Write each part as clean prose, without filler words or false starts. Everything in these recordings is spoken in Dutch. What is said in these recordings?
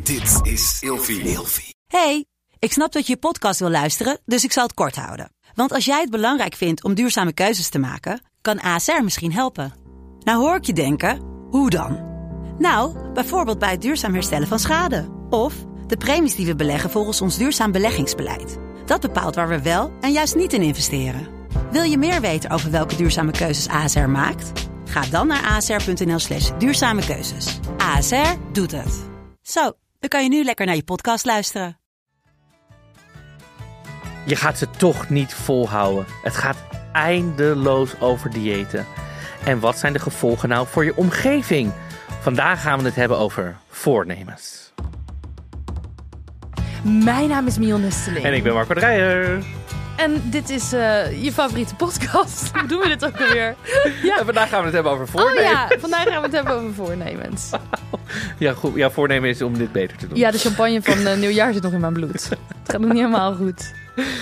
Dit is Ilfie. Hey, ik snap dat je je podcast wil luisteren, dus ik zal het kort houden. Want als jij het belangrijk vindt om duurzame keuzes te maken, kan ASR misschien helpen. Nou hoor ik je denken, hoe dan? Nou, bijvoorbeeld bij het duurzaam herstellen van schade. Of de premies die we beleggen volgens ons duurzaam beleggingsbeleid. Dat bepaalt waar we wel en juist niet in investeren. Wil je meer weten over welke duurzame keuzes ASR maakt? Ga dan naar asr.nl/duurzame keuzes. ASR doet het. Zo, dan kan je nu lekker naar je podcast luisteren. Je gaat ze toch niet volhouden. Het gaat eindeloos over diëten. En wat zijn de gevolgen nou voor je omgeving? Vandaag gaan we het hebben over voornemens. Mijn naam is Mion Nesteling. En ik ben Marco Dreyer. En dit is je favoriete podcast. Hoe doen we dit ook alweer? Ja. En vandaag gaan we het hebben over voornemens. Oh ja, vandaag gaan we het hebben over voornemens. Ja, goed. Jouw voornemen is om dit beter te doen. Ja, de champagne van nieuwjaar zit nog in mijn bloed. Het gaat nog niet helemaal goed.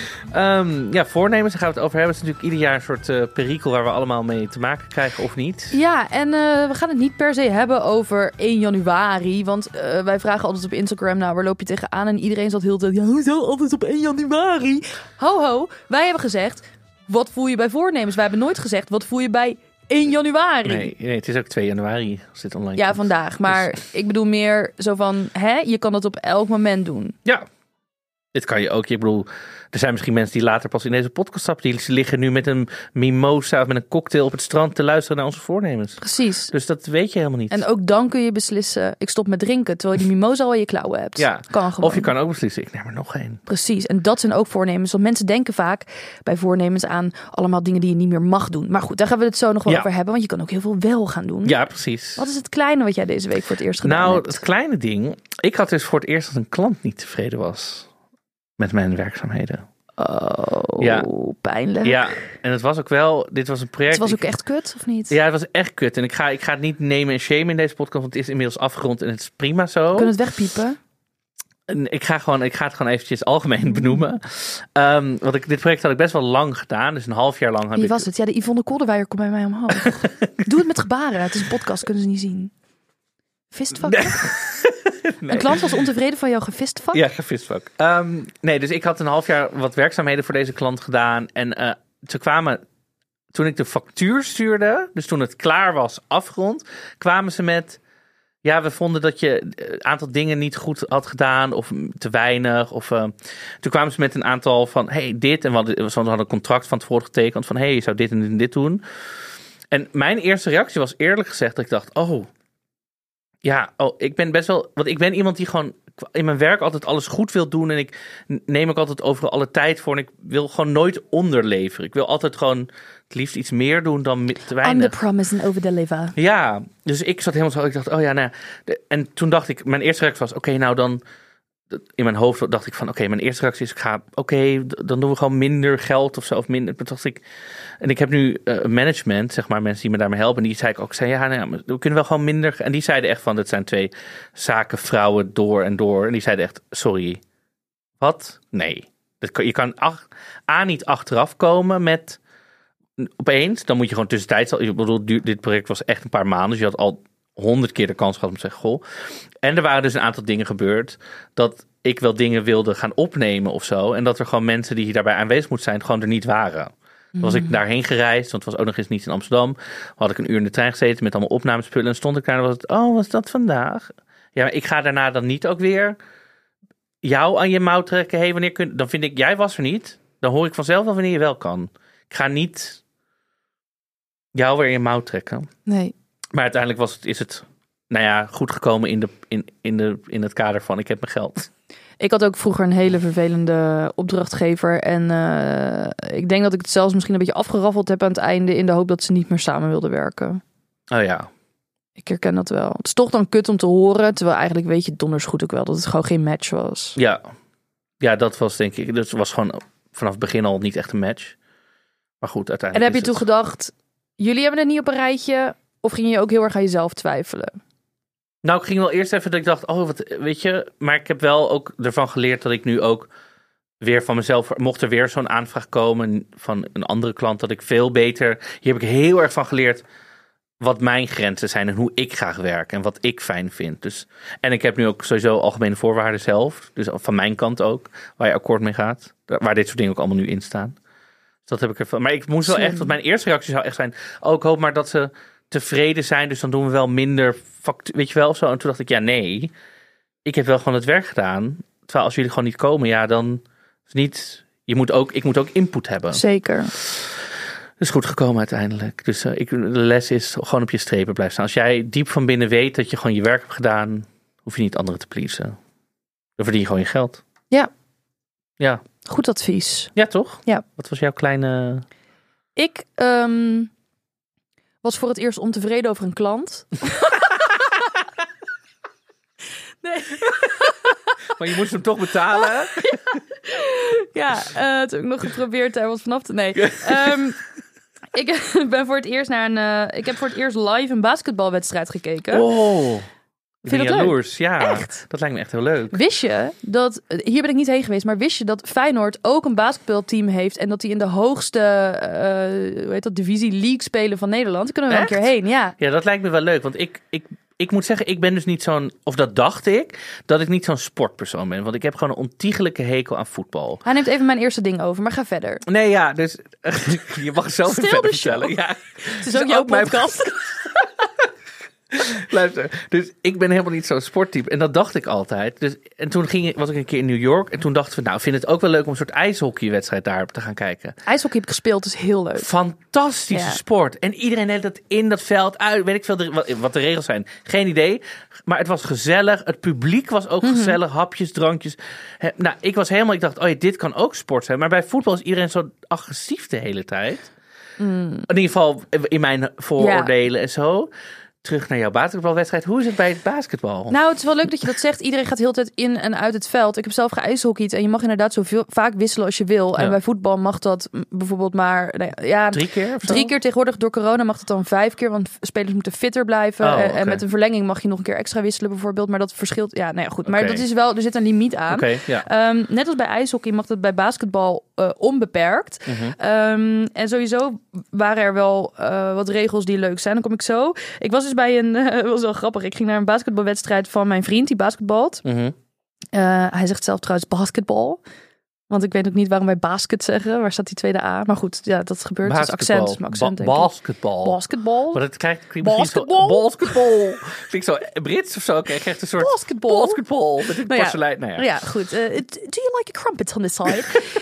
Voornemens, daar gaan we het over hebben. Het is natuurlijk ieder jaar een soort perikel waar we allemaal mee te maken krijgen, of niet? Ja, en we gaan het niet per se hebben over 1 januari. Want wij vragen altijd op Instagram, nou, waar loop je tegenaan? En iedereen zat heel de tijd, ja, hoezo altijd op 1 januari? Ho, ho. Wij hebben gezegd, wat voel je bij voornemens? Wij hebben nooit gezegd, wat voel je bij 1 januari? Nee, het is ook 2 januari als dit online Ja, komt. vandaag. Maar ik bedoel meer zo van, je kan dat op elk moment doen. Ja, dit kan je ook. Ik bedoel, er zijn misschien mensen die later pas in deze podcast stappen. Die liggen nu met een mimosa of met een cocktail op het strand te luisteren naar onze voornemens. Precies. Dus dat weet je helemaal niet. En ook dan kun je beslissen, ik stop met drinken, terwijl je die mimosa al in je klauwen hebt. Ja. Kan gewoon. Of je kan ook beslissen, ik neem er nog één. Precies. En dat zijn ook voornemens. Want mensen denken vaak bij voornemens aan allemaal dingen die je niet meer mag doen. Maar goed, daar gaan we het zo nog wel over hebben. Want je kan ook heel veel wel gaan doen. Ja, precies. Wat is het kleine wat jij deze week voor het eerst gedaan hebt? Het kleine ding. Ik had dus voor het eerst dat een klant niet tevreden was met mijn werkzaamheden. Oh, ja. Pijnlijk. Ja, en het was ook wel, dit was een project. Het was ook echt kut, of niet? Ja, het was echt kut. En ik ga het niet nemen en shamen in deze podcast, want het is inmiddels afgerond en het is prima zo. Kunnen we het wegpiepen? Ik ga het gewoon eventjes algemeen benoemen. Dit project had ik best wel lang gedaan. Dus een half jaar lang. Wie was het? Ja, de Yvonne Kolderweijer komt bij mij omhoog. Doe het met gebaren. Het is een podcast, kunnen ze niet zien. Fistfucken? Nee. Een klant was ontevreden van jouw gefistvak? Ja, gefistvak. Dus ik had een half jaar wat werkzaamheden voor deze klant gedaan. En ze kwamen, toen ik de factuur stuurde, dus toen het klaar was, afgerond, kwamen ze met, ja, we vonden dat je een aantal dingen niet goed had gedaan of te weinig. Toen kwamen ze met een aantal van, dit. En we hadden een contract van tevoren getekend van, je zou dit en dit doen. En mijn eerste reactie was eerlijk gezegd dat ik dacht, ik ben best wel, want ik ben iemand die gewoon in mijn werk altijd alles goed wil doen en ik neem ook altijd overal alle tijd voor en ik wil gewoon nooit onderleveren. Ik wil altijd gewoon het liefst iets meer doen dan te weinig. On the promise and over deliver. Ja, dus ik zat helemaal zo, ik dacht, en toen dacht ik, mijn eerste reactie was, dan in mijn hoofd dacht ik van, mijn eerste reactie is, dan doen we gewoon minder geld of zo, of minder. En ik heb nu management, zeg maar, mensen die me daarmee helpen. En die zei ik ook, we kunnen wel gewoon minder. En die zeiden echt van, dat zijn 2 zakenvrouwen door en door. En die zeiden echt, sorry, wat? Nee. Je kan niet achteraf komen met opeens. Dan moet je gewoon tussentijds, ik bedoel, dit project was echt een paar maanden. Dus je had al 100 keer de kans gehad om te zeggen, goh. En er waren dus een aantal dingen gebeurd dat ik wel dingen wilde gaan opnemen of zo. En dat er gewoon mensen die daarbij aanwezig moeten zijn, gewoon er niet waren. Toen was ik daarheen gereisd, want het was ook nog eens niet in Amsterdam. Had ik een uur in de trein gezeten met allemaal opnamespullen. En stond ik daar en was het, was dat vandaag? Ja, maar ik ga daarna dan niet ook weer jou aan je mouw trekken. Wanneer dan vind ik, jij was er niet. Dan hoor ik vanzelf wel wanneer je wel kan. Ik ga niet jou weer in je mouw trekken. Nee. Maar uiteindelijk is het goed gekomen in het kader van ik heb mijn geld. Ik had ook vroeger een hele vervelende opdrachtgever. En ik denk dat ik het zelfs misschien een beetje afgeraffeld heb aan het einde, in de hoop dat ze niet meer samen wilden werken. Oh ja. Ik herken dat wel. Het is toch dan kut om te horen, terwijl eigenlijk weet je donders goed ook wel dat het gewoon geen match was. Ja, dat was denk ik. Dus het was gewoon vanaf het begin al niet echt een match. Maar goed, uiteindelijk. En heb je toen gedacht, jullie hebben het niet op een rijtje, of ging je ook heel erg aan jezelf twijfelen? Nou, ik ging wel eerst even dat ik dacht, weet je, maar ik heb wel ook ervan geleerd dat ik nu ook weer van mezelf, mocht er weer zo'n aanvraag komen van een andere klant, dat ik veel beter, hier heb ik heel erg van geleerd, wat mijn grenzen zijn en hoe ik graag werk en wat ik fijn vind. Dus, en ik heb nu ook sowieso algemene voorwaarden zelf. Dus van mijn kant ook, waar je akkoord mee gaat. Waar dit soort dingen ook allemaal nu in staan. Dus dat heb ik ervan. Maar ik moest wel echt, want mijn eerste reactie zou echt zijn, ik hoop maar dat ze tevreden zijn. Dus dan doen we wel minder, weet je wel, of zo. En toen dacht ik, ja nee, ik heb wel gewoon het werk gedaan. Terwijl als jullie gewoon niet komen, ja dan is niet... Ik moet ook input hebben. Zeker. Dat is goed gekomen uiteindelijk. Dus de les is gewoon op je strepen blijven staan. Als jij diep van binnen weet dat je gewoon je werk hebt gedaan, hoef je niet anderen te pleasen. Dan verdien je gewoon je geld. Ja. Ja. Goed advies. Ja, toch? Ja. Wat was jouw kleine... Ik was voor het eerst ontevreden over een klant. Nee. Maar je moest hem toch betalen? Ja, toen heb ik nog geprobeerd daar wat vanaf te... Nee. Ik ben voor het eerst ik heb voor het eerst live een basketbalwedstrijd gekeken. Oh, ik ben Vind je dat jaloers. leuk? Ja, Echt? dat lijkt me echt heel leuk. Wist je dat... Hier ben ik niet heen geweest, maar wist je dat Feyenoord ook een basketbalteam heeft en dat die in de hoogste divisie league spelen van Nederland? Daar kunnen we wel een keer heen, ja. Ja, dat lijkt me wel leuk, want ik moet zeggen, ik ben dus niet zo'n... Of dat dacht ik, dat ik niet zo'n sportpersoon ben. Want ik heb gewoon een ontiegelijke hekel aan voetbal. Hij neemt even mijn eerste ding over, maar ga verder. Nee, ja, dus... je mag zelf Stil verder de show. vertellen. Ja. Het is ook jouw podcast. Luister, dus ik ben helemaal niet zo'n sporttype. En dat dacht ik altijd. Dus, en toen was ik een keer in New York. En toen dachten we, vind het ook wel leuk om een soort ijshockeywedstrijd daar te gaan kijken. IJshockey heb ik gespeeld, is heel leuk. Fantastische sport. En iedereen deed dat in dat veld uit. Weet ik veel wat de regels zijn. Geen idee. Maar het was gezellig. Het publiek was ook gezellig. Hapjes, drankjes. Ik dacht, dit kan ook sport zijn. Maar bij voetbal is iedereen zo agressief de hele tijd. In ieder geval in mijn vooroordelen en zo. Terug naar jouw basketbalwedstrijd. Hoe is het bij het basketbal? Nou, het is wel leuk dat je dat zegt. Iedereen gaat heel de tijd in en uit het veld. Ik heb zelf geijshockeyd en je mag inderdaad zoveel vaak wisselen als je wil. Ja. En bij voetbal mag dat bijvoorbeeld maar 3 keer of zo? 3 keer. Tegenwoordig door corona mag het dan 5 keer, want spelers moeten fitter blijven. Okay. En met een verlenging mag je nog een keer extra wisselen bijvoorbeeld. Maar dat verschilt. Ja, goed. Maar dat is wel, er zit een limiet aan. Net als bij ijshockey mag dat bij basketbal onbeperkt. En sowieso waren er wel wat regels die leuk zijn. Dan kom ik zo. Ik was dus bij het was wel grappig. Ik ging naar een basketbalwedstrijd van mijn vriend die basketbalt. Hij zegt zelf trouwens basketbal. Want ik weet ook niet waarom wij basket zeggen. Waar staat die tweede A? Maar goed, ja, dat gebeurt. Het is accent. Basketbal. Maar dat klinkt basketbal. Klinkt zo Brits of zo. Krijg je echt een soort basketbal. Met een porselein. Ja, goed. Do you like a crumpets on this side?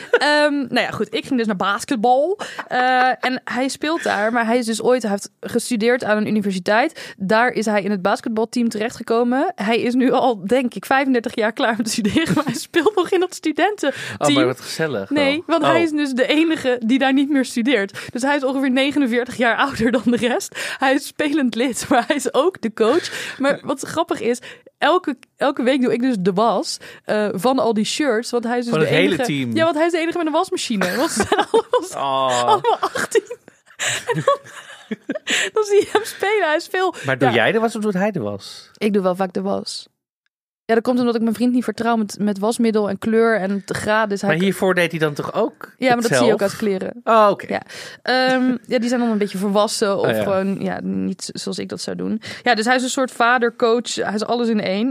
Goed. Ik ging dus naar basketbal. En hij speelt daar. Maar hij is dus hij heeft gestudeerd aan een universiteit. Daar is hij in het basketbalteam terechtgekomen. Hij is nu al, denk ik, 35 jaar klaar met studeren. Maar hij speelt nog in dat studententeam. Maar wat gezellig. Nee, want hij is dus de enige die daar niet meer studeert. Dus hij is ongeveer 49 jaar ouder dan de rest. Hij is spelend lid, maar hij is ook de coach. Maar wat grappig is, elke week doe ik dus de was van al die shirts. Want hij is dus van het de enige, hele team. Ja, want hij is de enige met een wasmachine. Want ze zijn allemaal 18. En dan zie je hem spelen. Hij is veel... Maar doe jij de was of doet hij de was? Ik doe wel vaak de was. Ja, dat komt omdat ik mijn vriend niet vertrouw met wasmiddel en kleur en graden. Dus maar hiervoor deed hij dan toch ook Ja, maar dat zie je ook uit kleren. Oh, oké. Ja. Die zijn dan een beetje volwassen of gewoon niet zoals ik dat zou doen. Ja, dus hij is een soort vader, coach. Hij is alles in één.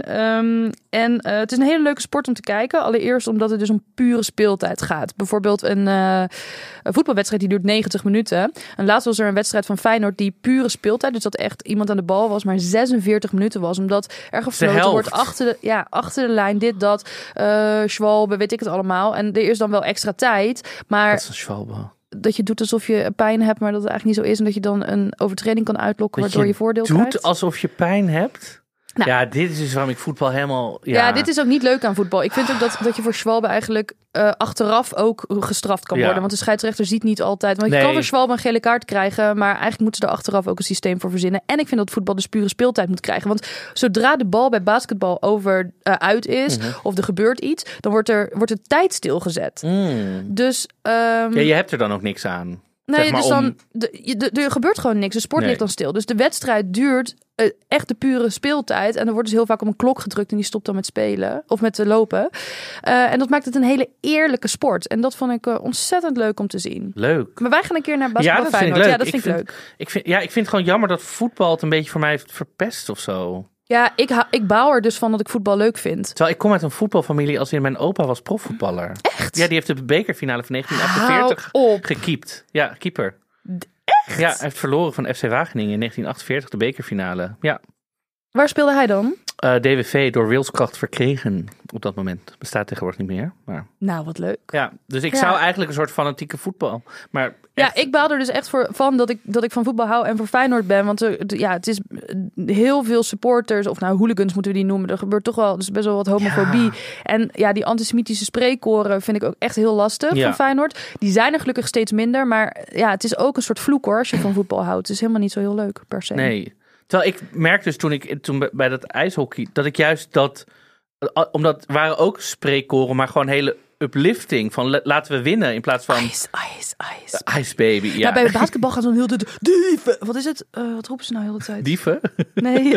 Het is een hele leuke sport om te kijken. Allereerst omdat het dus om pure speeltijd gaat. Bijvoorbeeld een voetbalwedstrijd die duurt 90 minuten. En laatst was er een wedstrijd van Feyenoord die pure speeltijd, dus dat echt iemand aan de bal was, maar 46 minuten was. Omdat er gefloten wordt achter de lijn, dit, dat, Schwalbe, weet ik het allemaal. En er is dan wel extra tijd. Maar dat is een Schwalbe. Dat je doet alsof je pijn hebt, maar dat het eigenlijk niet zo is. En dat je dan een overtreding kan uitlokken, waardoor je voordeel krijgt. Doet alsof je pijn hebt? Nou, ja, dit is dus waarom ik voetbal helemaal... Ja, dit is ook niet leuk aan voetbal. Ik vind ook dat je voor Schwalbe eigenlijk achteraf ook gestraft kan worden. Want de scheidsrechter ziet niet altijd... Want je kan voor Schwalbe een gele kaart krijgen, maar eigenlijk moeten ze er achteraf ook een systeem voor verzinnen. En ik vind dat voetbal dus pure speeltijd moet krijgen. Want zodra de bal bij basketbal uit is, of er gebeurt iets, dan wordt de tijd stilgezet. Dus... je hebt er dan ook niks aan. Nee, zeg maar, dus dan, er gebeurt gewoon niks. De sport ligt dan stil. Dus de wedstrijd duurt echt de pure speeltijd. En er wordt dus heel vaak op een klok gedrukt en die stopt dan met spelen. Of met lopen. En dat maakt het een hele eerlijke sport. En dat vond ik ontzettend leuk om te zien. Leuk. Maar wij gaan een keer naar basketbal Feyenoord. Ja, dat vind ik leuk. Ik vind het gewoon jammer dat voetbal het een beetje voor mij heeft verpest of zo. Ja, ik baal er dus van dat ik voetbal leuk vind. Terwijl ik kom uit een voetbalfamilie als in mijn opa was profvoetballer. Echt? Ja, die heeft de bekerfinale van 1948 gekiept. Ja, keeper. Echt? Ja, hij heeft verloren van FC Wageningen in 1948, de bekerfinale. Ja. Waar speelde hij dan? DWV door wilskracht verkregen op dat moment. Bestaat tegenwoordig niet meer. Maar... Nou, wat leuk. Ja, dus ik zou eigenlijk een soort fanatieke voetbal. Maar echt... Ja, ik baal er dus echt van dat ik van voetbal hou en voor Feyenoord ben. Want het is heel veel supporters, of nou hooligans moeten we die noemen. Er gebeurt toch wel, dus best wel wat homofobie. Ja. En ja, die antisemitische spreekkoren vind ik ook echt heel lastig van Feyenoord. Die zijn er gelukkig steeds minder. Maar ja, het is ook een soort vloek hoor, als je van voetbal houdt. Het is helemaal niet zo heel leuk per se. Nee. Terwijl ik merkte dus toen bij dat ijshockey, dat ik juist dat, omdat waren ook spreekkoren, maar gewoon hele uplifting van laten we winnen in plaats van ice baby. Ja. Bij basketbal gaan ze dan heel de dieven. Wat is het? Wat roepen ze nou heel de tijd? Dieven? Nee.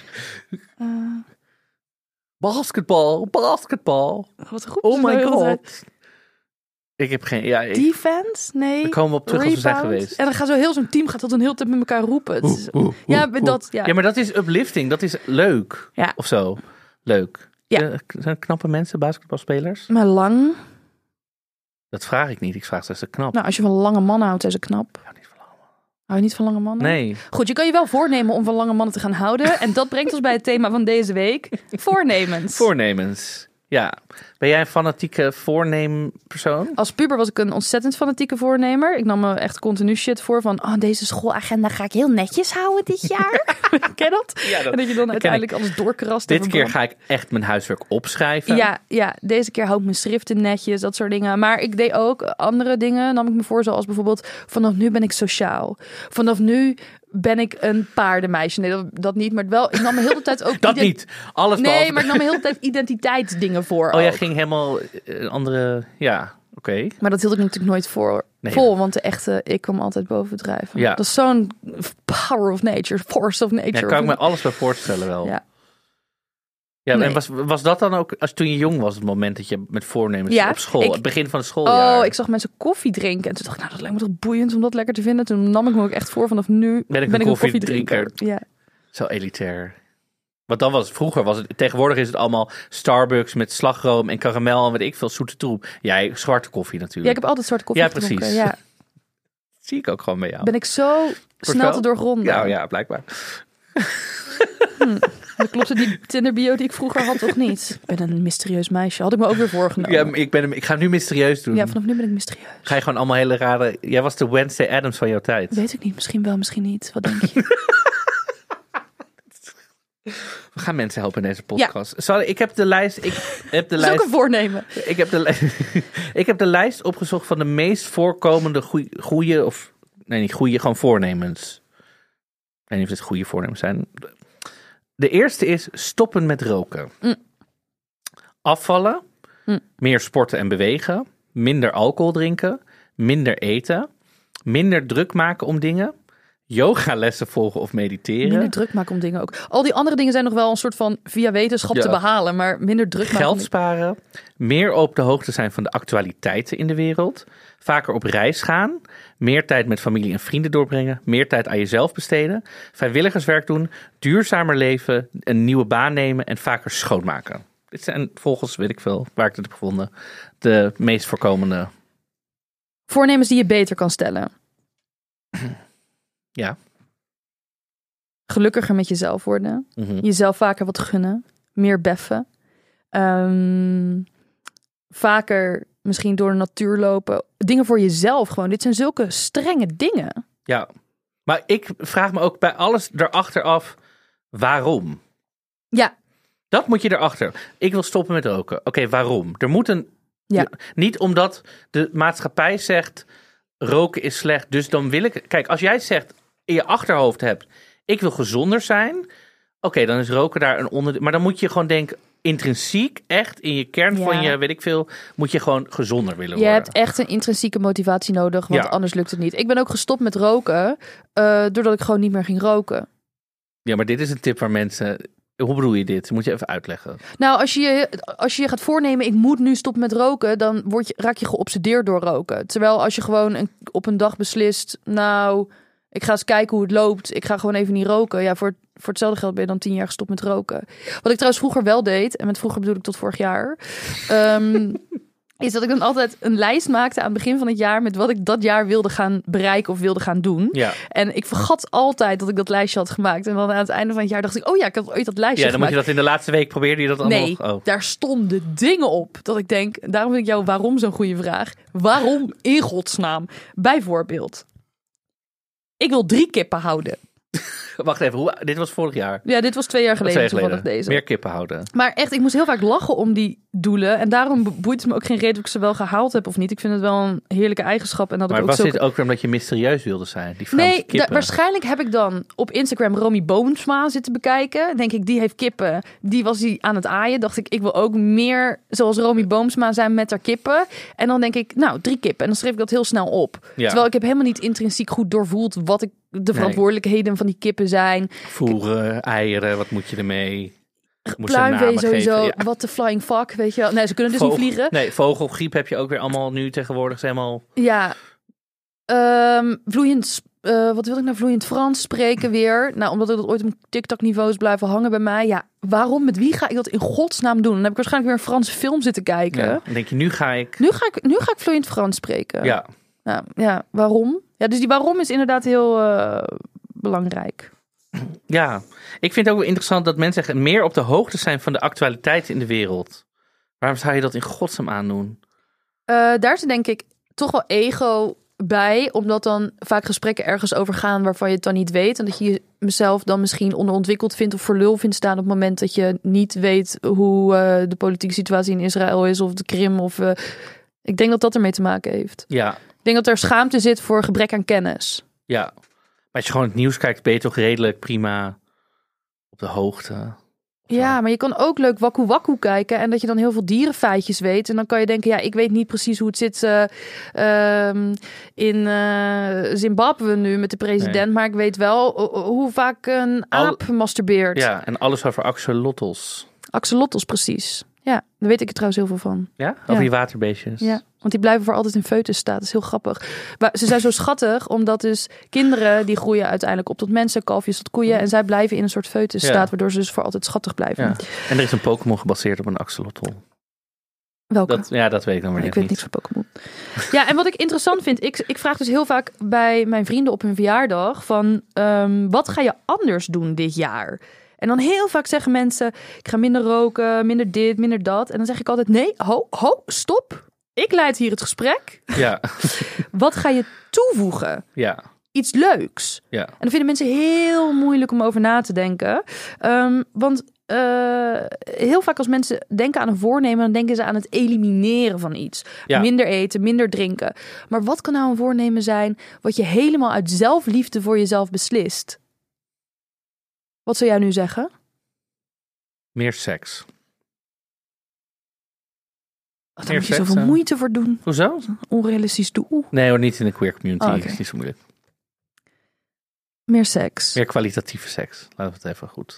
Basketbal. Wat roepen ze nou heel de tijd? Ik heb geen... Ja, defense? Nee. We komen op terug als we zijn geweest. En dan gaat zo'n team gaat dat een hele tijd met elkaar roepen. Ja, maar dat is uplifting. Dat is leuk. Ja. Of zo. Leuk. Ja. Zijn knappe mensen, basketbalspelers? Maar lang? Dat vraag ik niet. Ik vraag ze knap. Nou, als je van lange mannen houdt, zijn ze knap. Hou je niet van lange mannen? Nee. Goed, je kan je wel voornemen om van lange mannen te gaan houden. En dat brengt ons bij het thema van deze week. Voornemens. Ja. Ben jij een fanatieke voorneempersoon? Als puber was ik een ontzettend fanatieke voornemer. Ik nam me echt continu shit voor van... deze schoolagenda ga ik heel netjes houden dit jaar. Ken je dat? Ja, en dat je dan uiteindelijk alles doorkrast. Dit keer ga ik echt mijn huiswerk opschrijven. Ja, deze keer hou ik mijn schriften netjes, dat soort dingen. Maar ik deed ook andere dingen. Nam ik me voor, zoals bijvoorbeeld... vanaf nu ben ik sociaal. Vanaf nu... ben ik een paardenmeisje. Nee, dat niet, maar wel. Ik nam me heel de tijd ook... dat niet. Alles behalve. Nee, maar ik nam me heel de tijd identiteitsdingen voor. Oh, jij ging helemaal andere... Ja, oké. Maar dat hield ik natuurlijk nooit vol, want de echte ik kwam altijd bovendrijven. Ja. Dat is zo'n power of nature, force of nature. Ja, kan ik me alles bij voorstellen wel. Ja. Ja, nee. En was dat dan ook, toen je jong was, het moment dat je met voornemens op school, het begin van het schooljaar? Oh, ik zag mensen koffie drinken. En toen dacht ik, dat lijkt me toch boeiend om dat lekker te vinden. Toen nam ik me ook echt voor, vanaf nu ben ik een koffiedrinker. Ja. Zo elitair. Want dan tegenwoordig is het allemaal Starbucks met slagroom en karamel en weet ik veel, zoete troep. Jij, zwarte koffie natuurlijk. Ja, ik heb altijd zwarte koffie gedronken. Precies. Ja, precies. Zie ik ook gewoon bij jou. Ben ik zo snel te doorgronden. Ja, blijkbaar. Dat klopte die Tinder-bio die ik vroeger had toch niet? Ik ben een mysterieus meisje. Had ik me ook weer voorgenomen. Ja, ik ga nu mysterieus doen. Ja, vanaf nu ben ik mysterieus. Ga je gewoon allemaal hele rare... Jij was de Wednesday Addams van jouw tijd. Weet ik niet. Misschien wel, misschien niet. Wat denk je? We gaan mensen helpen in deze podcast. Ja. Sorry, ik heb de lijst... Dat is ook een voornemen. Ik heb de lijst opgezocht van de meest voorkomende goede... Of nee, niet goede, gewoon voornemens. Ik weet niet of dit goede voornemens zijn. De eerste is stoppen met roken. Afvallen. Meer sporten en bewegen. Minder alcohol drinken. Minder eten. Minder druk maken om dingen. Yogalessen volgen of mediteren. Minder druk maken om dingen ook. Al die andere dingen zijn nog wel een soort van via wetenschap te behalen. Maar minder druk maken. Geld sparen. Meer op de hoogte zijn van de actualiteiten in de wereld. Vaker op reis gaan. Meer tijd met familie en vrienden doorbrengen. Meer tijd aan jezelf besteden. Vrijwilligerswerk doen. Duurzamer leven. Een nieuwe baan nemen. En vaker schoonmaken. Dit zijn volgens, weet ik veel, waar ik het heb gevonden, de meest voorkomende voornemens die je beter kan stellen. Ja. Gelukkiger met jezelf worden. Jezelf vaker wat gunnen. Meer beffen. Vaker misschien door de natuur lopen. Dingen voor jezelf gewoon. Dit zijn zulke strenge dingen. Ja. Maar ik vraag me ook bij alles erachter af, waarom? Ja. Dat moet je erachter. Ik wil stoppen met roken. Oké, waarom? Er moet een... Ja. Niet omdat de maatschappij zegt, roken is slecht, dus dan wil ik... Kijk, als jij zegt, in je achterhoofd hebt, ik wil gezonder zijn. Oké, dan is roken daar een onderdeel. Maar dan moet je gewoon denken, intrinsiek echt in je kern van je, weet ik veel, moet je gewoon gezonder willen worden. Je hebt echt een intrinsieke motivatie nodig, want anders lukt het niet. Ik ben ook gestopt met roken, doordat ik gewoon niet meer ging roken. Ja, maar dit is een tip waar mensen... Hoe bedoel je dit? Moet je even uitleggen. Nou, als je je gaat voornemen, ik moet nu stoppen met roken, dan raak je geobsedeerd door roken. Terwijl als je gewoon op een dag beslist, nou, ik ga eens kijken hoe het loopt. Ik ga gewoon even niet roken. Ja, voor hetzelfde geld ben je dan 10 jaar gestopt met roken. Wat ik trouwens vroeger wel deed, en met vroeger bedoel ik tot vorig jaar, is dat ik dan altijd een lijst maakte aan het begin van het jaar met wat ik dat jaar wilde gaan bereiken of wilde gaan doen. Ja. En ik vergat altijd dat ik dat lijstje had gemaakt. En dan aan het einde van het jaar dacht ik, oh ja, ik had ooit dat lijstje gemaakt. Ja, dan moet je dat in de laatste week probeerde je dat allemaal. Nee, daar stonden dingen op dat ik denk, daarom vind ik jou waarom zo'n goede vraag. Waarom in godsnaam? Bijvoorbeeld, ik wil 3 kippen houden. Wacht even, dit was vorig jaar? Ja, dit was 2 jaar geleden toevallig deze. Meer kippen houden. Maar echt, ik moest heel vaak lachen om die doelen. En daarom boeit het me ook geen reden of ik ze wel gehaald heb of niet. Ik vind het wel een heerlijke eigenschap. En dat maar ik ook was dit ook weer omdat je mysterieus wilde zijn? Die nee, kippen? Waarschijnlijk heb ik dan op Instagram Romy Boomsma zitten bekijken. Denk ik, die heeft kippen. Die was die aan het aaien. Dacht ik wil ook meer zoals Romy Boomsma zijn met haar kippen. En dan denk ik, nou, 3 kippen. En dan schreef ik dat heel snel op. Ja. Terwijl ik heb helemaal niet intrinsiek goed doorvoeld wat de verantwoordelijkheden van die kippen zijn. Voeren, eieren, wat moet je ermee? Pluimvee sowieso, wat de flying fuck, weet je wel. Nee, ze kunnen dus niet vliegen. Nee, vogelgriep heb je ook weer allemaal nu tegenwoordig. Helemaal... Ja, wat wil ik nou, vloeiend Frans spreken weer. Nou, omdat ik dat ooit op TikTok niveau is blijven hangen bij mij. Ja, waarom? Met wie ga ik dat in godsnaam doen? Dan heb ik waarschijnlijk weer een Franse film zitten kijken. Ja, dan denk je, nu ga ik vloeiend Frans spreken. Ja. Nou, ja, waarom? Ja, dus die waarom is inderdaad heel belangrijk. Ja, ik vind het ook wel interessant dat mensen meer op de hoogte zijn van de actualiteit in de wereld. Waarom zou je dat in godsnaam aandoen? Daar zit denk ik toch wel ego bij, omdat dan vaak gesprekken ergens over gaan waarvan je het dan niet weet. En dat je jezelf dan misschien onderontwikkeld vindt of voor lul vindt staan op het moment dat je niet weet hoe de politieke situatie in Israël is of de Krim. Ik denk dat dat ermee te maken heeft. Ja. Ik denk dat er schaamte zit voor gebrek aan kennis. Ja. Maar als je gewoon het nieuws kijkt, ben je toch redelijk prima op de hoogte. Ja, maar je kan ook leuk Waku Waku kijken en dat je dan heel veel dierenfeitjes weet. En dan kan je denken, ja, ik weet niet precies hoe het zit in Zimbabwe nu met de president. Maar ik weet wel hoe vaak een aap masturbeert. Ja, en alles over axolotls. Axolotls, precies. Ja, daar weet ik er trouwens heel veel van. Ja? Over die waterbeestjes? Ja, want die blijven voor altijd in foetusstaat. Dat is heel grappig. Maar ze zijn zo schattig, omdat dus kinderen die groeien uiteindelijk op tot mensen, kalfjes tot koeien. En zij blijven in een soort foetusstaat, waardoor ze dus voor altijd schattig blijven. Ja. En er is een Pokémon gebaseerd op een axolotl. Welke? Dat weet ik dan weer ik weet niks van Pokémon. Ja, en wat ik interessant vind, ik vraag dus heel vaak bij mijn vrienden op hun verjaardag van, wat ga je anders doen dit jaar? En dan heel vaak zeggen mensen, ik ga minder roken, minder dit, minder dat. En dan zeg ik altijd, nee, stop. Ik leid hier het gesprek. Ja. Wat ga je toevoegen? Ja. Iets leuks. Ja. En dat vinden mensen heel moeilijk om over na te denken. Want heel vaak als mensen denken aan een voornemen, dan denken ze aan het elimineren van iets. Ja. Minder eten, minder drinken. Maar wat kan nou een voornemen zijn wat je helemaal uit zelfliefde voor jezelf beslist? Wat zou jij nu zeggen? Meer seks. Daar moet je zoveel moeite voor doen. Hoezo? Onrealistisch doel. Nee hoor, niet in de queer community. Okay. Dat is niet zo moeilijk. Meer seks. Meer kwalitatieve seks. Laten we het even goed.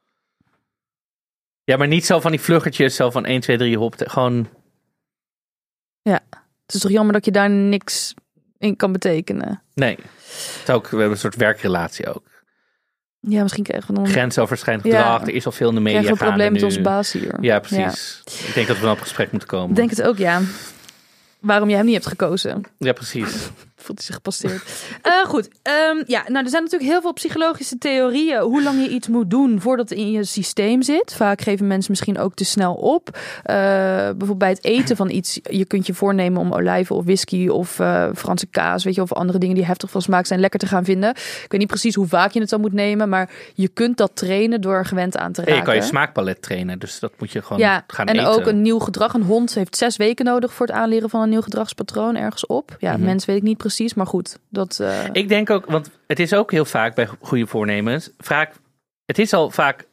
Ja, maar niet zo van die vluggertjes, zo van 1, 2, 3 hop. Gewoon... Ja, het is toch jammer dat je daar niks in kan betekenen. Nee. Het is ook, we hebben een soort werkrelatie ook. Ja, misschien krijgen we dan... Grensoverschrijdend gedrag. Er is al veel in de media gaande nu. Krijgen we een probleem met onze baas hier. Ja, precies. Ja. Ik denk dat we dan op gesprek moeten komen. Ik denk het ook, ja. Waarom jij hem niet hebt gekozen. Ja, precies. Voelt hij zich gepasseerd. Goed. Ja, nou, er zijn natuurlijk heel veel psychologische theorieën hoe lang je iets moet doen voordat het in je systeem zit. Vaak geven mensen misschien ook te snel op. Bijvoorbeeld bij het eten van iets. Je kunt je voornemen om olijven of whisky of Franse kaas, weet je, of andere dingen die heftig van smaak zijn, lekker te gaan vinden. Ik weet niet precies hoe vaak je het dan moet nemen, maar je kunt dat trainen door er gewend aan te raken. Je kan je smaakpalet trainen, dus dat moet je gewoon gaan en eten. En ook een nieuw gedrag. Een hond heeft 6 weken nodig voor het aanleren van een nieuw gedragspatroon ergens op. Ja, mens weet ik niet precies, maar goed. Ik denk ook, want het is ook heel vaak bij goede voornemens. Het is al vaak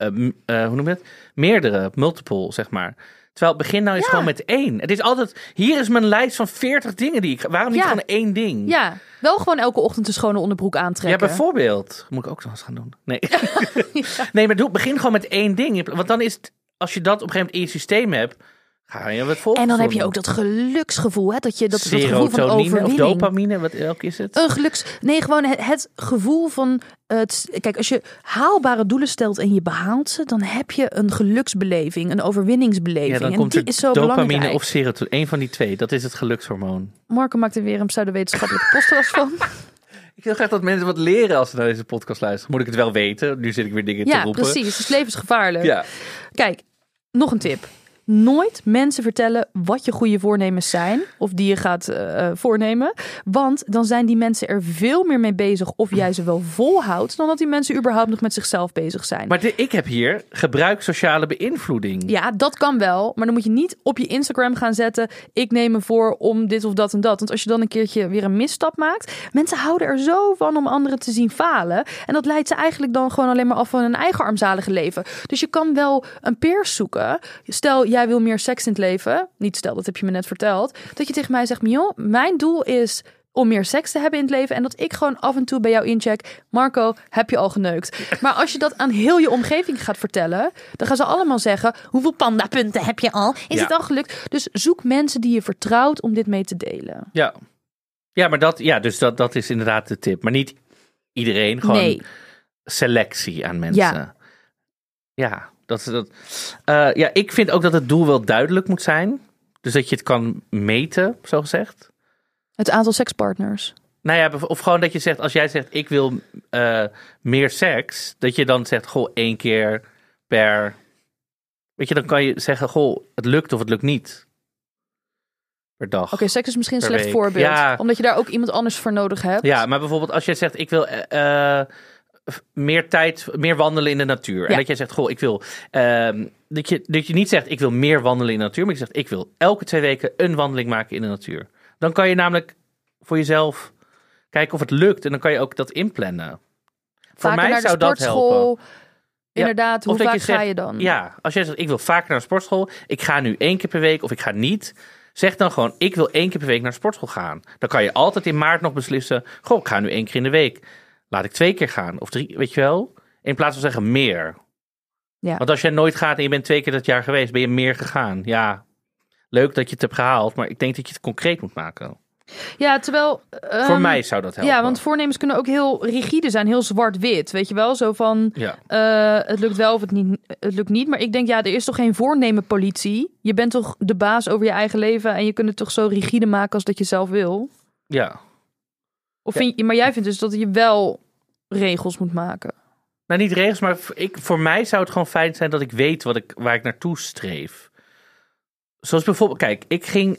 hoe noem je het? Meerdere, multiple, zeg maar. Terwijl het begin nou is gewoon met 1. Het is altijd, hier is mijn lijst van 40 dingen die ik... Waarom niet gewoon 1 ding? Ja, wel gewoon elke ochtend een schone onderbroek aantrekken. Ja, bijvoorbeeld. Moet ik ook nog eens gaan doen? Nee. Nee, maar begin gewoon met 1 ding. Want dan is het, als je dat op een gegeven moment in je systeem hebt... Ga je het volgen. En dan heb je ook dat geluksgevoel, hè? Dat gevoel van overwinning. Of dopamine, welke is het? Gewoon het gevoel van... Kijk, als je haalbare doelen stelt en je behaalt ze... dan heb je een geluksbeleving, een overwinningsbeleving. Ja, dan en komt die is zo dopamine belangrijk. of serotonine. 1 van die 2, dat is het gelukshormoon. Marco maakt er weer een pseudowetenschappelijke podcast van. Ik wil graag dat mensen wat leren als ze naar deze podcast luisteren. Moet ik het wel weten? Nu zit ik weer dingen te roepen. Ja, precies. Het is levensgevaarlijk. Ja. Kijk, nog een tip. Nooit mensen vertellen wat je goede voornemens zijn. Of die je gaat voornemen. Want dan zijn die mensen er veel meer mee bezig. Of jij ze wel volhoudt. Dan dat die mensen überhaupt nog met zichzelf bezig zijn. Maar ik heb hier gebruik sociale beïnvloeding. Ja, dat kan wel. Maar dan moet je niet op je Instagram gaan zetten. Ik neem me voor om dit of dat en dat. Want als je dan een keertje weer een misstap maakt. Mensen houden er zo van om anderen te zien falen. En dat leidt ze eigenlijk dan gewoon alleen maar af van hun eigen armzalige leven. Dus je kan wel een peers zoeken. Stel, jij wil meer seks in het leven. Niet stel, dat heb je me net verteld. Dat je tegen mij zegt, Mion, mijn doel is om meer seks te hebben in het leven. En dat ik gewoon af en toe bij jou incheck. Marco, heb je al geneukt? Maar als je dat aan heel je omgeving gaat vertellen. Dan gaan ze allemaal zeggen, hoeveel pandapunten heb je al? Is het al gelukt? Dus zoek mensen die je vertrouwt om dit mee te delen. Ja, ja, maar dat is inderdaad de tip. Maar niet iedereen. Gewoon selectie aan mensen. Ja. Ik vind ook dat het doel wel duidelijk moet zijn. Dus dat je het kan meten, zo gezegd. Het aantal sekspartners. Nou ja, of gewoon dat je zegt, als jij zegt, ik wil meer seks. Dat je dan zegt, 1 keer per... Weet je, dan kan je zeggen, het lukt of het lukt niet. Per dag. Oké, seks is misschien een slecht week. voorbeeld. Ja. omdat je daar ook iemand anders voor nodig hebt. Ja, maar bijvoorbeeld als jij zegt, ik wil... meer wandelen in de natuur. Ja. En dat jij zegt, ik wil... dat je niet zegt, ik wil meer wandelen in de natuur. Maar je zegt, ik wil elke 2 weken een wandeling maken in de natuur. Dan kan je namelijk voor jezelf kijken of het lukt. En dan kan je ook dat inplannen. Voor mij zou dat helpen. Inderdaad, hoe vaak ga je dan? Ja, als jij zegt, ik wil vaker naar de sportschool. Ik ga nu 1 keer per week of ik ga niet. Zeg dan gewoon, ik wil 1 keer per week naar de sportschool gaan. Dan kan je altijd in maart nog beslissen. Ik ga nu 1 keer in de week. Laat ik 2 keer gaan. Of 3, weet je wel? In plaats van zeggen meer. Ja. Want als jij nooit gaat en je bent 2 keer dat jaar geweest, ben je meer gegaan. Ja, leuk dat je het hebt gehaald, maar ik denk dat je het concreet moet maken. Ja, terwijl... voor mij zou dat helpen. Ja, want voornemens kunnen ook heel rigide zijn, heel zwart-wit. Weet je wel, zo van het lukt wel of het lukt niet. Maar ik denk, er is toch geen voornemenpolitie? Je bent toch de baas over je eigen leven en je kunt het toch zo rigide maken als dat je zelf wil? Ja. Of maar jij vindt dus dat je wel regels moet maken? Nou, niet regels, maar voor mij zou het gewoon fijn zijn dat ik weet waar ik naartoe streef. Zoals bijvoorbeeld, kijk, ik ging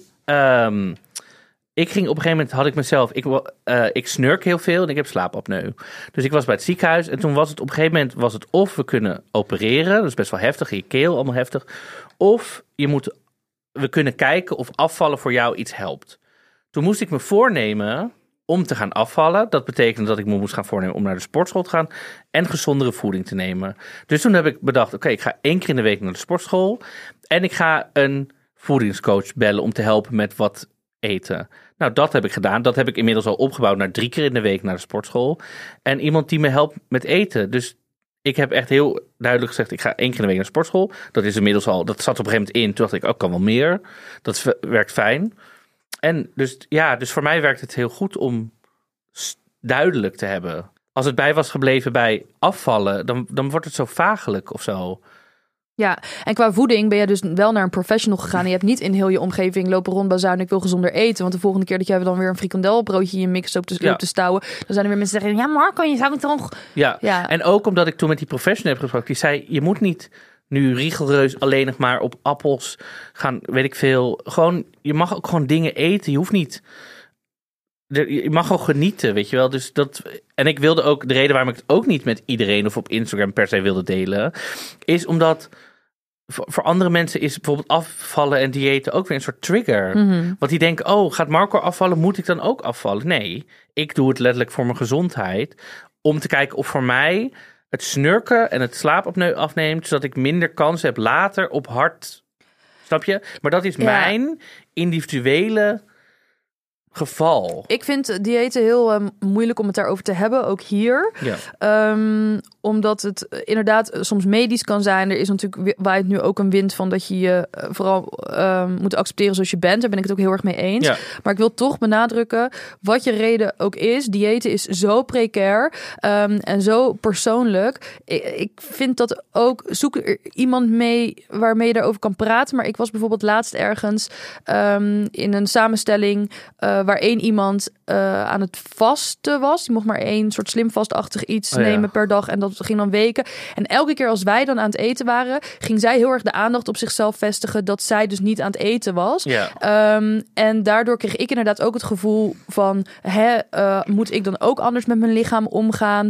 op een gegeven moment, had ik mezelf, ik snurk heel veel en ik heb slaapapneu. Dus ik was bij het ziekenhuis en toen was het op een gegeven moment, of we kunnen opereren, dat is best wel heftig, in je keel, allemaal heftig. Of we kunnen kijken of afvallen voor jou iets helpt. Toen moest ik me voornemen om te gaan afvallen. Dat betekent dat ik me moest gaan voornemen om naar de sportschool te gaan en gezondere voeding te nemen. Dus toen heb ik bedacht, oké, ik ga 1 keer in de week naar de sportschool en ik ga een voedingscoach bellen om te helpen met wat eten. Nou, dat heb ik gedaan. Dat heb ik inmiddels al opgebouwd naar 3 keer in de week naar de sportschool. En iemand die me helpt met eten. Dus ik heb echt heel duidelijk gezegd, ik ga 1 keer in de week naar de sportschool. Dat is inmiddels al, dat zat op een gegeven moment in. Toen dacht ik, kan wel meer. Dat werkt fijn. En dus voor mij werkt het heel goed om duidelijk te hebben. Als het bij was gebleven bij afvallen, dan wordt het zo vagelijk of zo. Ja, en qua voeding ben je dus wel naar een professional gegaan. En je hebt niet in heel je omgeving lopen rondbazuinen, ik wil gezonder eten. Want de volgende keer dat jij dan weer een frikandelbroodje in je mix loopt te stouwen, dan zijn er weer mensen die zeggen, ja Marco, je zou het toch... Ja, en ook omdat ik toen met die professional heb gesproken, die zei, je moet niet nu rigoureus alleen nog maar op appels gaan, weet ik veel. Gewoon, je mag ook gewoon dingen eten. Je hoeft niet... Je mag gewoon genieten, weet je wel. Dus en ik wilde ook, de reden waarom ik het ook niet met iedereen of op Instagram per se wilde delen, is omdat voor andere mensen is bijvoorbeeld afvallen en diëten ook weer een soort trigger. Mm-hmm. Want die denken, gaat Marco afvallen, moet ik dan ook afvallen? Nee, ik doe het letterlijk voor mijn gezondheid. Om te kijken of voor mij het snurken en het slaapapneu afneemt, zodat ik minder kans heb later op hart. Snap je? Maar dat is mijn individuele geval. Ik vind diëten heel moeilijk om het daarover te hebben, ook hier. Ja. Omdat het inderdaad soms medisch kan zijn. Er is natuurlijk waait nu ook een wind van dat je je vooral moet accepteren zoals je bent. Daar ben ik het ook heel erg mee eens. Ja. Maar ik wil toch benadrukken, wat je reden ook is, diëten is zo precair en zo persoonlijk. Ik vind dat ook, zoek er iemand mee waarmee je daarover kan praten. Maar ik was bijvoorbeeld laatst ergens in een samenstelling waar één iemand aan het vasten was. Die mocht maar 1 soort slimvastachtig iets nemen per dag. En dat ging dan weken. En elke keer als wij dan aan het eten waren, ging zij heel erg de aandacht op zichzelf vestigen dat zij dus niet aan het eten was. Ja. En daardoor kreeg ik inderdaad ook het gevoel van, moet ik dan ook anders met mijn lichaam omgaan?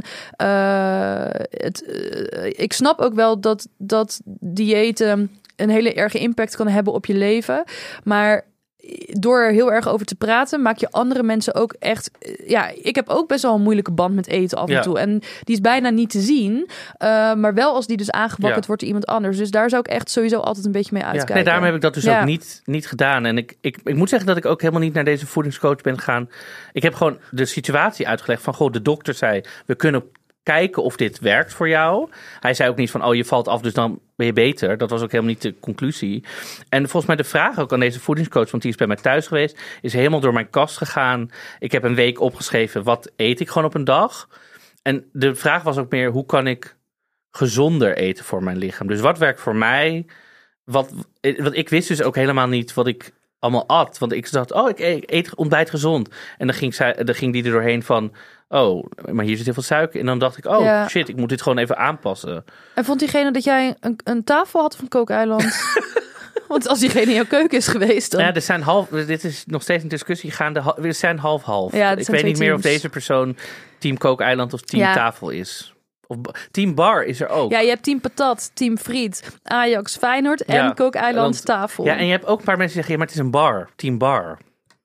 Ik snap ook wel dat diëten een hele erge impact kan hebben op je leven. Maar door er heel erg over te praten, maak je andere mensen ook echt... Ja, ik heb ook best wel een moeilijke band met eten af en toe. En die is bijna niet te zien. Maar wel als die dus aangewakkerd wordt door iemand anders. Dus daar zou ik echt sowieso altijd een beetje mee uitkijken. Nee, daarom heb ik dat dus ook niet gedaan. En ik moet zeggen dat ik ook helemaal niet naar deze voedingscoach ben gegaan. Ik heb gewoon de situatie uitgelegd van, goh, de dokter zei, we kunnen kijken of dit werkt voor jou. Hij zei ook niet van, je valt af, dus dan ben je beter. Dat was ook helemaal niet de conclusie. En volgens mij de vraag ook aan deze voedingscoach, want die is bij mij thuis geweest, is helemaal door mijn kast gegaan. Ik heb een week opgeschreven, wat eet ik gewoon op een dag? En de vraag was ook meer, hoe kan ik gezonder eten voor mijn lichaam? Dus wat werkt voor mij? Want ik wist dus ook helemaal niet wat ik allemaal at. Want ik dacht, ik eet ontbijt gezond. En dan ging die er doorheen van, maar hier zit heel veel suiker. En dan dacht ik, shit, ik moet dit gewoon even aanpassen. En vond diegene dat jij een tafel had van Kookeiland? Want als diegene in jouw keuken is geweest dan... Ja, dit is nog steeds een discussie gaande. Er zijn half-half. Ja, ik weet niet meer of deze persoon team Kookeiland of team tafel is. Of team bar is er ook. Ja, je hebt team patat, team friet, Ajax, Feyenoord en Kookeiland tafel. Ja, en je hebt ook een paar mensen die zeggen, maar het is een bar. Team bar.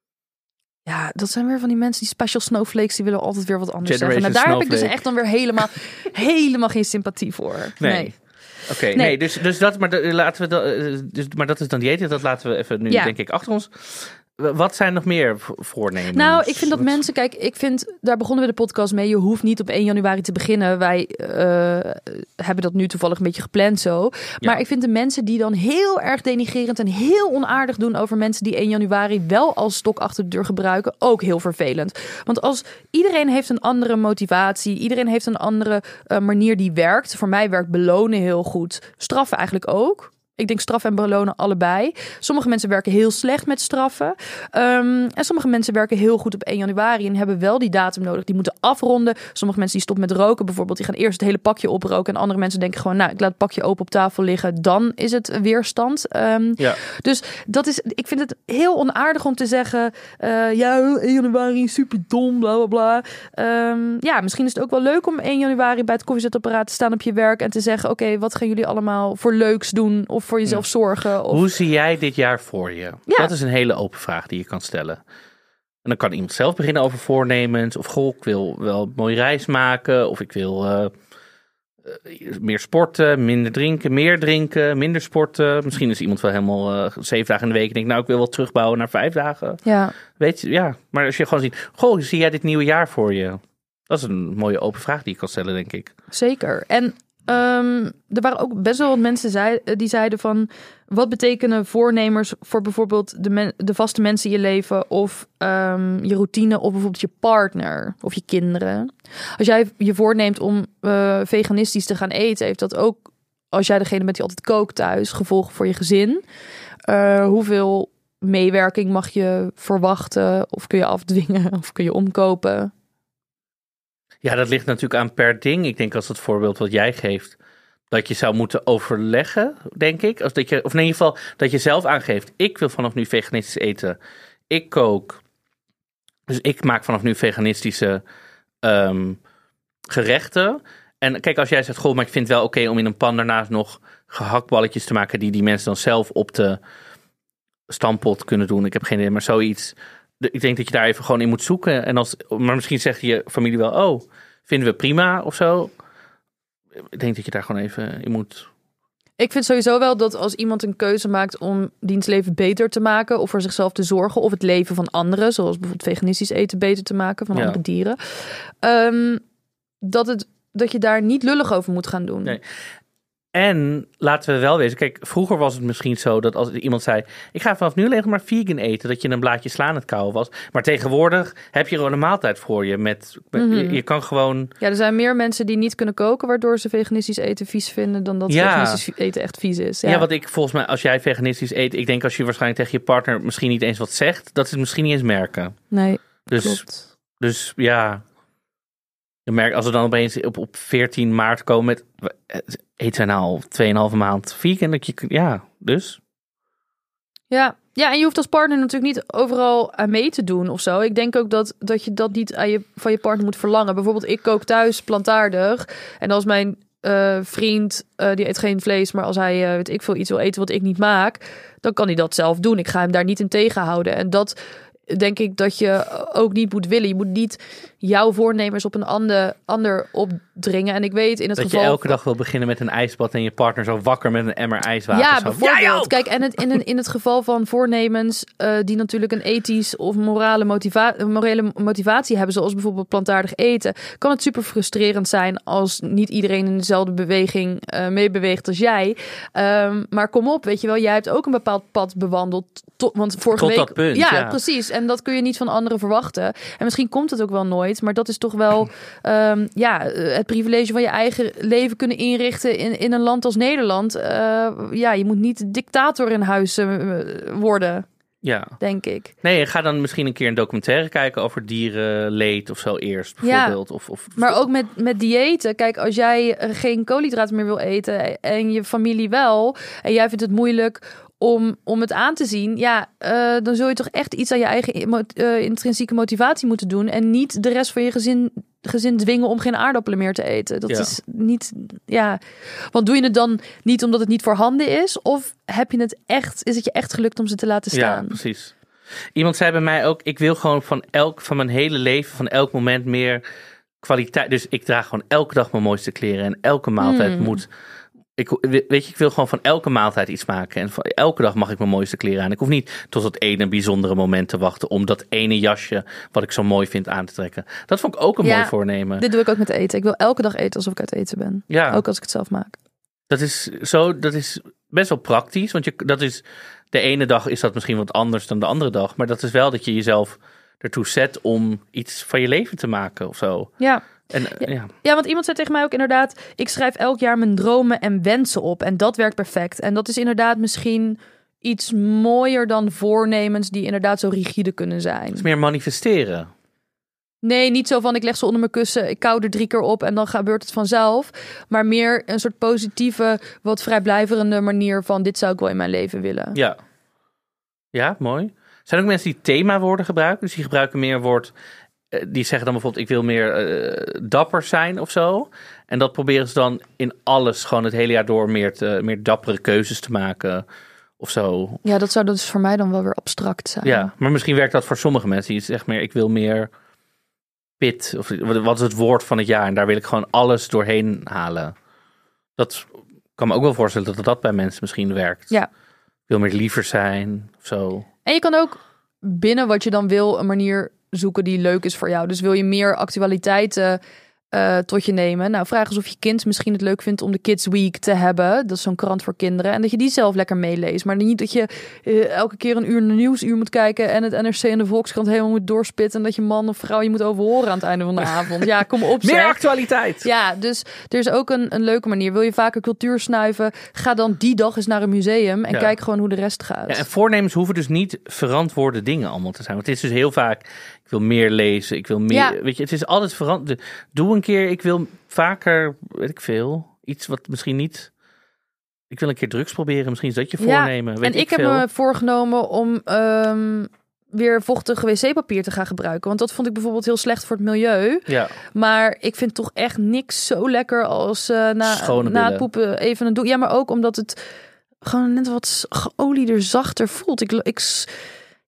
Ja, dat zijn weer van die mensen, die special snowflakes, die willen altijd weer wat anders zeggen. Nou, daar heb ik dus echt dan weer helemaal geen sympathie voor. Nee. Oké, nee, dus dat, laten we maar dat is dan dieet. Dat laten we even nu denk ik achter ons. Wat zijn nog meer voornemens? Nou, ik vind dat mensen... Kijk, daar begonnen we de podcast mee. Je hoeft niet op 1 januari te beginnen. Wij hebben dat nu toevallig een beetje gepland zo. Maar ik vind de mensen die dan heel erg denigrerend en heel onaardig doen over mensen die 1 januari wel als stok achter de deur gebruiken, ook heel vervelend. Want als iedereen heeft een andere motivatie, iedereen heeft een andere manier die werkt. Voor mij werkt belonen heel goed. Straffen eigenlijk ook. Ik denk straffen en belonen allebei. Sommige mensen werken heel slecht met straffen. En sommige mensen werken heel goed op 1 januari en hebben wel die datum nodig. Die moeten afronden. Sommige mensen die stoppen met roken bijvoorbeeld, die gaan eerst het hele pakje oproken. En andere mensen denken gewoon, ik laat het pakje open op tafel liggen. Dan is het weerstand. Dus ik vind het heel onaardig om te zeggen, 1 januari super dom, bla bla bla. Misschien is het ook wel leuk om 1 januari bij het koffiezetapparaat te staan op je werk en te zeggen, oké, wat gaan jullie allemaal voor leuks doen? Of voor jezelf zorgen. Of... Hoe zie jij dit jaar voor je? Ja. Dat is een hele open vraag die je kan stellen. En dan kan iemand zelf beginnen over voornemens. Of ik wil wel een mooie reis maken. Of ik wil meer sporten, minder drinken, meer drinken, minder sporten. Misschien is iemand wel helemaal 7 dagen in de week en denkt, ik wil wel terugbouwen naar 5 dagen. Ja. Weet je, maar als je gewoon ziet, zie jij dit nieuwe jaar voor je? Dat is een mooie open vraag die je kan stellen, denk ik. Zeker. En er waren ook best wel wat mensen die zeiden van, wat betekenen voornemers voor bijvoorbeeld de vaste mensen in je leven of je routine of bijvoorbeeld je partner of je kinderen. Als jij je voorneemt om veganistisch te gaan eten, heeft dat ook, als jij degene bent die altijd kookt thuis, gevolgen voor je gezin. Hoeveel meewerking mag je verwachten of kun je afdwingen of kun je omkopen? Ja, dat ligt natuurlijk aan per ding. Ik denk als het voorbeeld wat jij geeft, dat je zou moeten overleggen, denk ik. Of in ieder geval dat je zelf aangeeft, ik wil vanaf nu veganistisch eten. Ik kook. Dus ik maak vanaf nu veganistische gerechten. En kijk, als jij zegt, maar ik vind het wel oké om in een pan daarnaast nog gehaktballetjes te maken die mensen dan zelf op de stampot kunnen doen. Ik heb geen idee, maar zoiets. Ik denk dat je daar even gewoon in moet zoeken. Maar misschien zegt je familie wel, vinden we prima of zo. ik denk dat je daar gewoon even in moet. Ik vind sowieso wel dat als iemand een keuze maakt om diens leven beter te maken of voor zichzelf te zorgen of het leven van anderen, zoals bijvoorbeeld veganistisch eten beter te maken van andere dieren, dat je daar niet lullig over moet gaan doen. Nee. En laten we wel wezen, kijk, vroeger was het misschien zo dat als iemand zei, ik ga vanaf nu alleen maar vegan eten, dat je een blaadje sla aan het kauwen was. Maar tegenwoordig heb je gewoon een maaltijd voor je. Je kan gewoon... Ja, er zijn meer mensen die niet kunnen koken, waardoor ze veganistisch eten vies vinden, dan dat veganistisch eten echt vies is. Ja, wat ik volgens mij, als jij veganistisch eet, ik denk als je waarschijnlijk tegen je partner misschien niet eens wat zegt, dat ze het misschien niet eens merken. Nee, klopt. Dus ja... Je merkt, als we dan opeens op 14 maart komen met... Eet zij nou al 2,5 maand vegan? Dus... Ja, en je hoeft als partner natuurlijk niet overal aan mee te doen of zo. Ik denk ook dat je dat niet van je partner moet verlangen. Bijvoorbeeld, ik kook thuis plantaardig. En als mijn vriend, die eet geen vlees, maar als hij weet ik veel iets wil eten wat ik niet maak, dan kan hij dat zelf doen. Ik ga hem daar niet in tegenhouden. En dat denk ik dat je ook niet moet willen. Je moet niet jouw voornemens op een ander opdringen. En ik weet in het geval... Dat je elke dag wil beginnen met een ijsbad en je partner zo wakker met een emmer ijswater. Ja, bijvoorbeeld. Kijk, en in het geval van voornemens die natuurlijk een ethisch of morele motivatie hebben, zoals bijvoorbeeld plantaardig eten, kan het super frustrerend zijn als niet iedereen in dezelfde beweging meebeweegt als jij. Maar kom op, weet je wel, jij hebt ook een bepaald pad bewandeld. Want vorige week... dat punt, ja, precies. En dat kun je niet van anderen verwachten. En misschien komt het ook wel nooit, maar dat is toch wel het privilege van je eigen leven kunnen inrichten in een land als Nederland. Je moet niet dictator in huis worden. Ja. Denk ik. Nee, ga dan misschien een keer een documentaire kijken over dierenleed of zo eerst, bijvoorbeeld. Ja, maar ook met diëten. Kijk, als jij geen koolhydraten meer wil eten en je familie wel, en jij vindt het moeilijk om het aan te zien, dan zul je toch echt iets aan je eigen intrinsieke motivatie moeten doen en niet de rest van je gezin dwingen om geen aardappelen meer te eten. Dat is niet, want doe je het dan niet omdat het niet voorhanden is, of is het je echt gelukt om ze te laten staan? Ja, precies. Iemand zei bij mij ook, ik wil gewoon van mijn hele leven, van elk moment meer kwaliteit. Dus ik draag gewoon elke dag mijn mooiste kleren en elke maaltijd moet... Ik wil gewoon van elke maaltijd iets maken. En elke dag mag ik mijn mooiste kleren aan. Ik hoef niet tot dat ene bijzondere moment te wachten om dat ene jasje wat ik zo mooi vind aan te trekken. Dat vond ik ook een mooi voornemen. Dit doe ik ook met eten. Ik wil elke dag eten alsof ik uit eten ben. Ja. Ook als ik het zelf maak. Dat is best wel praktisch. Want de ene dag is dat misschien wat anders dan de andere dag. Maar dat is wel dat je jezelf ertoe zet om iets van je leven te maken of zo. Ja. Ja, want iemand zei tegen mij ook inderdaad, ik schrijf elk jaar mijn dromen en wensen op. En dat werkt perfect. En dat is inderdaad misschien iets mooier dan voornemens die inderdaad zo rigide kunnen zijn. Het is meer manifesteren. Nee, niet zo van ik leg ze onder mijn kussen, ik kauw er 3 keer op en dan gebeurt het vanzelf. Maar meer een soort positieve, wat vrijblijverende manier van dit zou ik wel in mijn leven willen. Ja, mooi. Er zijn ook mensen die themawoorden gebruiken. Dus die gebruiken meer woord... Die zeggen dan bijvoorbeeld, ik wil meer dapper zijn of zo. En dat proberen ze dan in alles, gewoon het hele jaar door, meer dappere keuzes te maken of zo. Ja, dat zou dus voor mij dan wel weer abstract zijn. Ja, maar misschien werkt dat voor sommige mensen. Die zeggen meer, ik wil meer pit. Of wat is het woord van het jaar? En daar wil ik gewoon alles doorheen halen. Dat kan me ook wel voorstellen dat dat bij mensen misschien werkt. Ja. Ik wil meer liever zijn of zo. En je kan ook binnen wat je dan wil een manier zoeken die leuk is voor jou. Dus wil je meer actualiteiten tot je nemen? Nou, vraag eens of je kind misschien het leuk vindt om de Kids Week te hebben. Dat is zo'n krant voor kinderen. En dat je die zelf lekker meeleest. Maar niet dat je elke keer een uur Nieuwsuur moet kijken en het NRC en de Volkskrant helemaal moet doorspitten en dat je man of vrouw je moet overhoren aan het einde van de avond. Ja, kom op. Meer actualiteit. Ja, dus er is ook een leuke manier. Wil je vaker cultuur snuiven? Ga dan die dag eens naar een museum en kijk gewoon hoe de rest gaat. Ja, en voornemens hoeven dus niet verantwoorde dingen allemaal te zijn. Want het is dus heel vaak, ik wil meer lezen, ik wil meer, weet je, het is altijd verantwoord. Doe een keer, ik wil vaker, weet ik veel, iets wat misschien niet. Ik wil een keer drugs proberen, misschien is dat je voornemen. Ja, en ik heb me voorgenomen om weer vochtig wc-papier te gaan gebruiken. Want dat vond ik bijvoorbeeld heel slecht voor het milieu. Ja. Maar ik vind toch echt niks zo lekker als na het poepen even een doek. Ja, maar ook omdat het gewoon net wat geolieder, zachter voelt.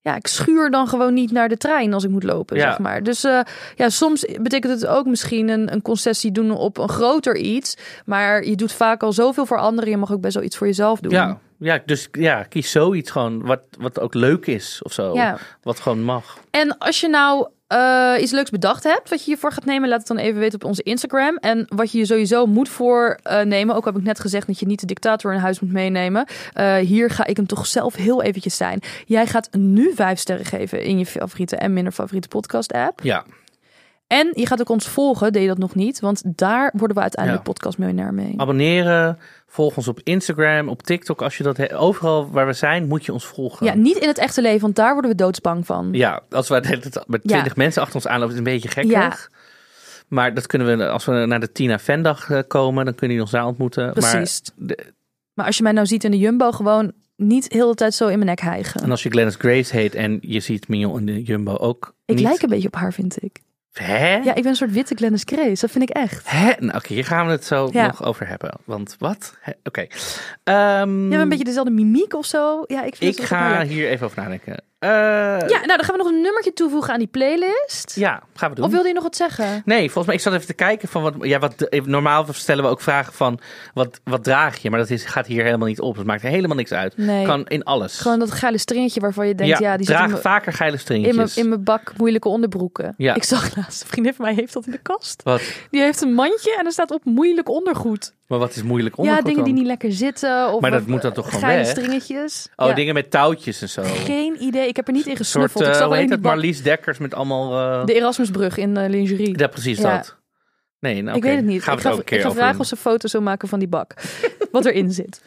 ik schuur dan gewoon niet naar de trein als ik moet lopen, zeg maar. Dus soms betekent het ook misschien een concessie doen op een groter iets. Maar je doet vaak al zoveel voor anderen. Je mag ook best wel iets voor jezelf doen. Dus kies zoiets gewoon wat ook leuk is of zo. Ja. Wat gewoon mag. En als je nou iets leuks bedacht hebt wat je hiervoor gaat nemen, laat het dan even weten op onze Instagram. En wat je je sowieso moet voornemen, ook heb ik net gezegd dat je niet de dictator in huis moet meenemen. Hier ga ik hem toch zelf heel eventjes zijn. Jij gaat nu 5 sterren geven in je favoriete en minder favoriete podcast app. Ja. En je gaat ook ons volgen, deed je dat nog niet? Want daar worden we uiteindelijk podcastmiljonair mee. Abonneren, volg ons op Instagram, op TikTok. Als je dat overal waar we zijn, moet je ons volgen. Ja, niet in het echte leven, want daar worden we doodsbang van. Ja, als we met 20 mensen achter ons aanlopen, is het een beetje gekkig. Ja. Maar dat kunnen we, als we naar de Tina Vendag komen, dan kunnen jullie ons daar ontmoeten. Precies. Maar als je mij nou ziet in de Jumbo, gewoon niet heel de tijd zo in mijn nek hijgen. En als je Glennis Grace heet en je ziet Mignon in de Jumbo ook Ik lijk een beetje op haar, vind ik. Hè? Ja, ik ben een soort witte Glennis Grace. Dat vind ik echt. Hè? Nou, oké, hier gaan we het zo nog over hebben. Want wat? Oké. Je hebt een beetje dezelfde mimiek of zo. Ja, ik ga hier even over nadenken. Nou dan gaan we nog een nummertje toevoegen aan die playlist. Ja, gaan we doen. Of wilde je nog wat zeggen? Nee, volgens mij, ik zat even te kijken van normaal stellen we ook vragen van wat draag je? Maar dat gaat hier helemaal niet op. Dat maakt helemaal niks uit. Nee. Kan in alles. Gewoon dat geile stringetje waarvan je denkt, die draag vaker geile stringetjes. In mijn bak moeilijke onderbroeken. Ja. Ik zag laatst, een vriendin van mij heeft dat in de kast. Wat? Die heeft een mandje en er staat op moeilijk ondergoed. Maar wat is moeilijk ondergoed? Ja, dingen die niet lekker zitten. Of maar dat moet dan toch gewoon geile weg? stringetjes. Oh, dingen met touwtjes en zo. Geen idee. Ik heb er niet in gesnuffeld. Ik zag hoe heet dat? Marlies Dekkers met allemaal... De Erasmusbrug in lingerie. Ja, precies dat. Nee, nou, ik weet het niet. Gaan we het ook een keer ik ga vragen of ze foto's wil maken van die bak. Wat erin zit.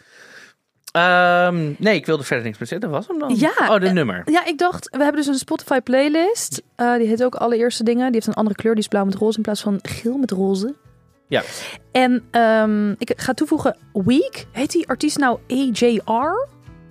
Nee, ik wilde verder niks meer zitten. Dat was hem dan? Ja. De nummer. Ja, ik dacht, we hebben dus een Spotify playlist. Die heet ook Allereerste Dingen. Die heeft een andere kleur. Die is blauw met roze in plaats van geel met roze. Ja. En ik ga toevoegen Week. Heet die artiest nou AJR?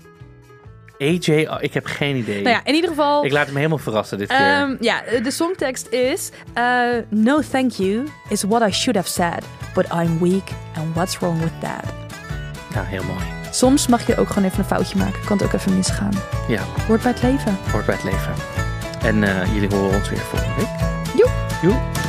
AJR? Ik heb geen idee. Nou ja, in ieder geval... Ik laat hem helemaal verrassen dit keer. De songtekst is... No thank you is what I should have said. But I'm weak and what's wrong with that? Nou, heel mooi. Soms mag je ook gewoon even een foutje maken. Kan het ook even misgaan. Ja. Hoort bij het leven. Hoort bij het leven. En jullie horen ons weer volgende week. Joep. Joep.